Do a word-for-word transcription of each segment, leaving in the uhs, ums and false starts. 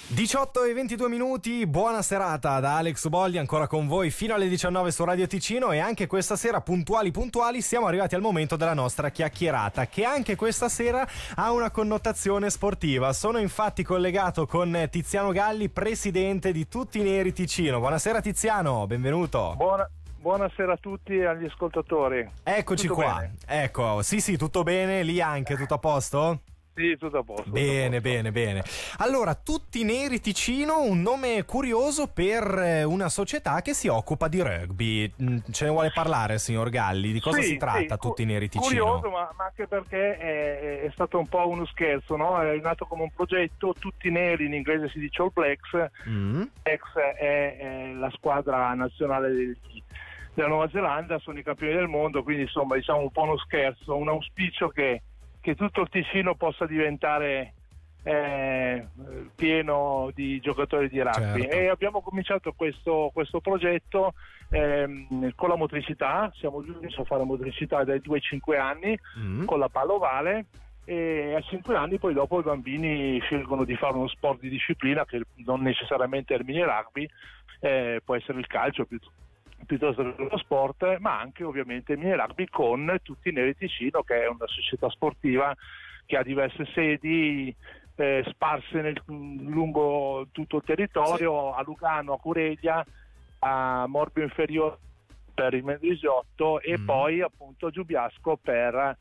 diciotto e ventidue minuti, buona serata da Alex Bolli, ancora con voi fino alle diciannove su Radio Ticino, e anche questa sera, puntuali puntuali, siamo arrivati al momento della nostra chiacchierata, che anche questa sera ha una connotazione sportiva. Sono infatti collegato con Tiziano Galli, presidente di Tutti i Neri Ticino. Buonasera Tiziano, benvenuto. Buona, buonasera a tutti e agli ascoltatori. Eccoci tutto qua, bene? Ecco, sì sì, tutto bene, lì anche, tutto a posto? Sì, tutto a posto. Bene, tutto a posto. bene, bene. Allora, Tutti Neri Ticino, un nome curioso per una società che si occupa di rugby. Ce ne vuole parlare, signor Galli? Di cosa Sì, si tratta, sì, Tutti Neri Ticino? Curioso, ma, ma anche perché è, è stato un po' uno scherzo, no? È nato come un progetto, Tutti Neri, in inglese si dice All Blacks. Mm. Blacks è, è la squadra nazionale del, della Nuova Zelanda, sono i campioni del mondo, quindi insomma diciamo un po' uno scherzo, un auspicio che che tutto il Ticino possa diventare eh, pieno di giocatori di rugby. Certo. E abbiamo cominciato questo, questo progetto ehm, con la motricità. Siamo giunti a fare motricità dai due ai cinque anni Mm. con la palla ovale, e a cinque anni poi dopo i bambini scelgono di fare uno sport di disciplina che non necessariamente è il mini rugby, eh, può essere il calcio piuttosto piuttosto che lo sport, ma anche ovviamente il mini rugby con Tutti i Neri Ticino, che è una società sportiva che ha diverse sedi eh, sparse nel, lungo tutto il territorio, sì. A Lugano, a Cureglia, a Morbio Inferiore per il Mendrisiotto e mm. poi appunto a Giubiasco per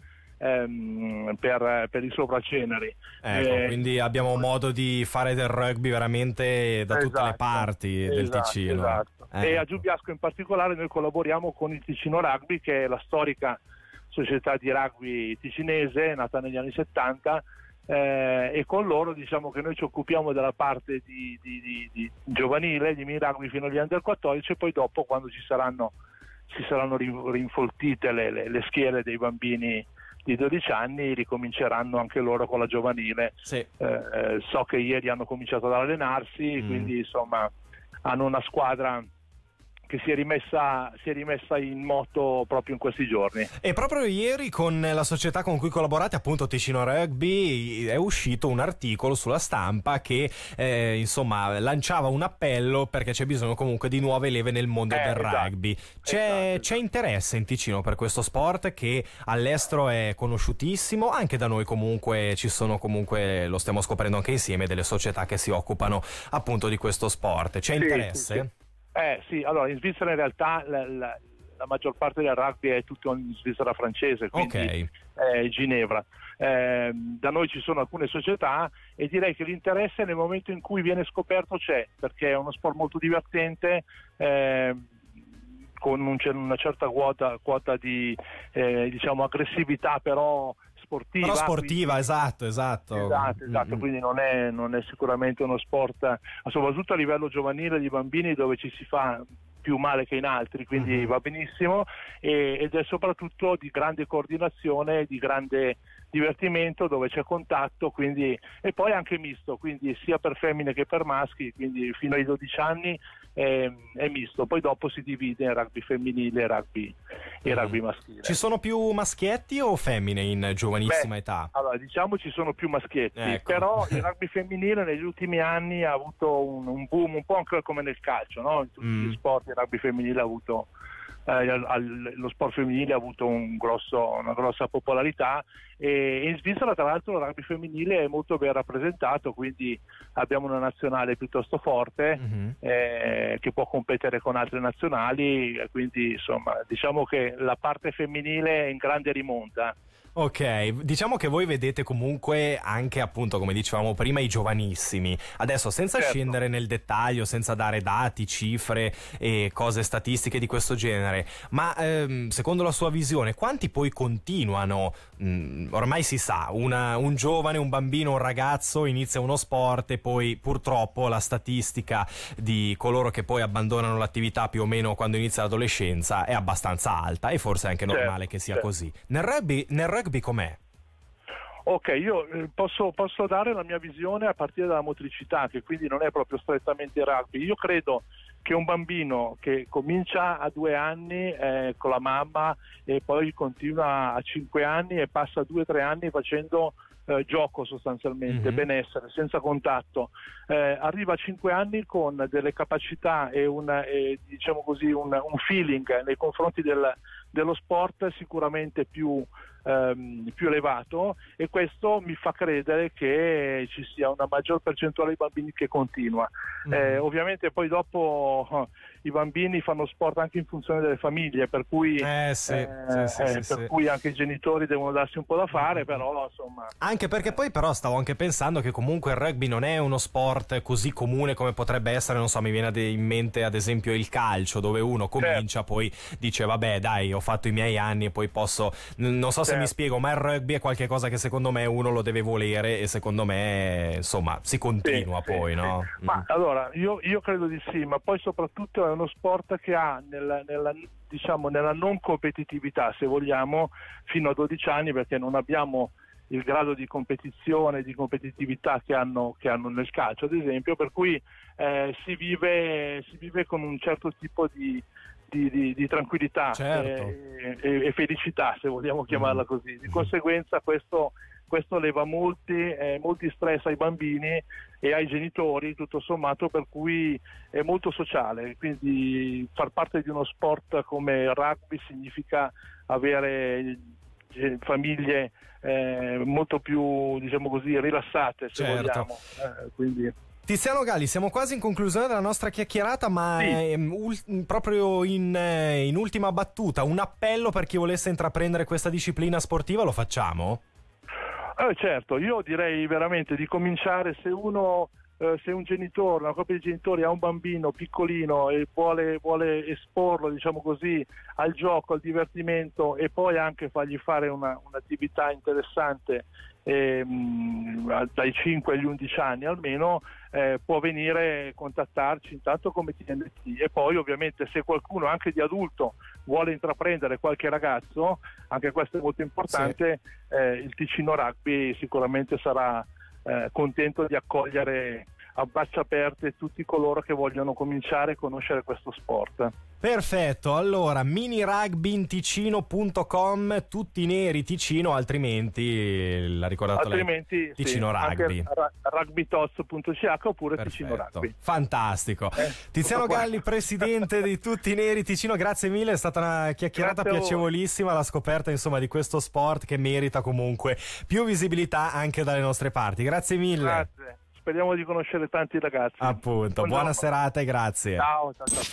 ehm, per, per i Sopraceneri. Ecco, eh, quindi abbiamo modo di fare del rugby veramente da tutte esatto, le parti esatto, del Ticino. Esatto. Ecco. E a Giubiasco in particolare noi collaboriamo con il Ticino Rugby, che è la storica società di rugby ticinese nata negli anni settanta, eh, e con loro diciamo che noi ci occupiamo della parte di, di, di, di giovanile, di mini rugby fino agli under quattordici, e poi dopo quando ci saranno si saranno rinfoltite le, le, le schiere dei bambini di dodici anni, ricominceranno anche loro con la giovanile. Sì. Eh, so che ieri hanno cominciato ad allenarsi, mm. quindi insomma hanno una squadra che si è rimessa si è rimessa in moto proprio in questi giorni. E proprio ieri con la società con cui collaborate, appunto Ticino Rugby, è uscito un articolo sulla stampa che eh, insomma lanciava un appello perché c'è bisogno comunque di nuove leve nel mondo eh, del esatto, rugby. C'è, esatto, esatto. c'è interesse in Ticino per questo sport che all'estero è conosciutissimo, anche da noi comunque ci sono, comunque lo stiamo scoprendo anche insieme, delle società che si occupano appunto di questo sport. C'è sì, interesse? Sì, sì. Eh sì, allora in Svizzera in realtà la, la, la maggior parte del rugby è tutto in Svizzera francese, quindi okay. è Ginevra. Eh, da noi ci sono alcune società e direi che l'interesse nel momento in cui viene scoperto c'è, perché è uno sport molto divertente, eh, con un, una certa quota, quota di eh, diciamo aggressività però sportiva. Però sportiva, quindi, esatto, esatto. Esatto, esatto, mm-hmm. quindi non è, non è sicuramente uno sport, soprattutto a livello giovanile di bambini, dove ci si fa più male che in altri, quindi mm-hmm. va benissimo, e, ed è soprattutto di grande coordinazione, di grande divertimento, dove c'è contatto, quindi, e poi anche misto, quindi sia per femmine che per maschi, quindi fino ai dodici anni è, è misto, poi dopo si divide in rugby femminile e rugby, e rugby maschile. Ci sono più maschietti o femmine in giovanissima Beh, età? Allora diciamo ci sono più maschietti, ecco. Però il rugby femminile negli ultimi anni ha avuto un, un boom, un po' anche come nel calcio, no? In tutti mm. gli sport il rugby femminile ha avuto eh, al, al, lo sport femminile ha avuto un grosso, una grossa popolarità, e in Svizzera tra l'altro il rugby femminile è molto ben rappresentato, quindi abbiamo una nazionale piuttosto forte, mm-hmm. eh, che può competere con altre nazionali, quindi insomma diciamo che la parte femminile è in grande rimonta. Ok, diciamo che voi vedete comunque anche, appunto, come dicevamo prima, i giovanissimi. Adesso, senza certo. scendere nel dettaglio, senza dare dati, cifre e cose statistiche di questo genere, ma ehm, secondo la sua visione, quanti poi continuano? Mh, ormai si sa, una, un giovane, un bambino, un ragazzo inizia uno sport e poi purtroppo la statistica di coloro che poi abbandonano l'attività più o meno quando inizia l'adolescenza è abbastanza alta, e forse è anche normale certo, che sia certo. così. Nel rugby, nel rugby com'è? Ok, io eh, posso, posso dare la mia visione a partire dalla motricità, che quindi non è proprio strettamente rugby. Io credo che un bambino che comincia a due anni eh, con la mamma e poi continua a cinque anni e passa due o tre anni facendo eh, gioco sostanzialmente, mm-hmm. benessere, senza contatto, eh, arriva a cinque anni con delle capacità e, una, e diciamo così un, un feeling nei confronti del, dello sport sicuramente più Ehm, più elevato, e questo mi fa credere che ci sia una maggior percentuale di bambini che continua. Mm. Eh, ovviamente poi dopo oh, i bambini fanno sport anche in funzione delle famiglie, per cui, eh, sì, eh, sì, sì, eh, sì, per sì. cui anche i genitori devono darsi un po' da fare, però insomma. Anche perché poi però stavo anche pensando che comunque il rugby non è uno sport così comune come potrebbe essere, non so, mi viene in mente ad esempio il calcio, dove uno comincia, certo. Poi dice vabbè dai, ho fatto i miei anni e poi posso, non so se certo. Mi spiego, ma il rugby è qualcosa che secondo me uno lo deve volere, e secondo me insomma si continua, sì, poi sì, no? Sì. Ma mm. allora io, io credo di sì, ma poi soprattutto è uno sport che ha nella, nella diciamo nella non competitività, se vogliamo, fino a dodici anni, perché non abbiamo il grado di competizione, di competitività che hanno, che hanno nel calcio ad esempio, per cui eh, si vive si vive con un certo tipo di Di, di, di tranquillità, certo. e, e, e felicità, se vogliamo chiamarla così. Di conseguenza questo, questo leva molti, eh, molti stress ai bambini e ai genitori, tutto sommato, per cui è molto sociale, quindi far parte di uno sport come il rugby significa avere famiglie eh, molto più, diciamo così, rilassate, se certo. vogliamo. Eh, quindi... Tiziano Galli, siamo quasi in conclusione della nostra chiacchierata, ma sì. è, ul- proprio in, in ultima battuta, un appello per chi volesse intraprendere questa disciplina sportiva, lo facciamo? Eh, certo, io direi veramente di cominciare, se uno, eh, se un genitore, una coppia di genitori ha un bambino piccolino e vuole, vuole esporlo, diciamo così, al gioco, al divertimento, e poi anche fargli fare una, un'attività interessante ehm, dai cinque agli undici anni almeno, eh, può venire a contattarci intanto come T N T, e poi ovviamente se qualcuno anche di adulto vuole intraprendere, qualche ragazzo, anche questo è molto importante, sì. eh, il Ticino Rugby sicuramente sarà eh, contento di accogliere a braccia aperte tutti coloro che vogliono cominciare a conoscere questo sport. Perfetto, allora mini rugby in ticino punto com, tutti neri Ticino, altrimenti l'ha ricordato altrimenti, lei, Ticino sì, Rugby, ra- rugbytoz punto c h oppure Perfetto. Ticino Rugby. Fantastico. Eh, Tiziano Galli, presidente di Tutti Neri Ticino, grazie mille, è stata una chiacchierata grazie piacevolissima, la scoperta insomma di questo sport che merita comunque più visibilità anche dalle nostre parti. Grazie mille. Grazie. Speriamo di conoscere tanti ragazzi. Appunto, buona serata e grazie. Ciao, ciao, ciao.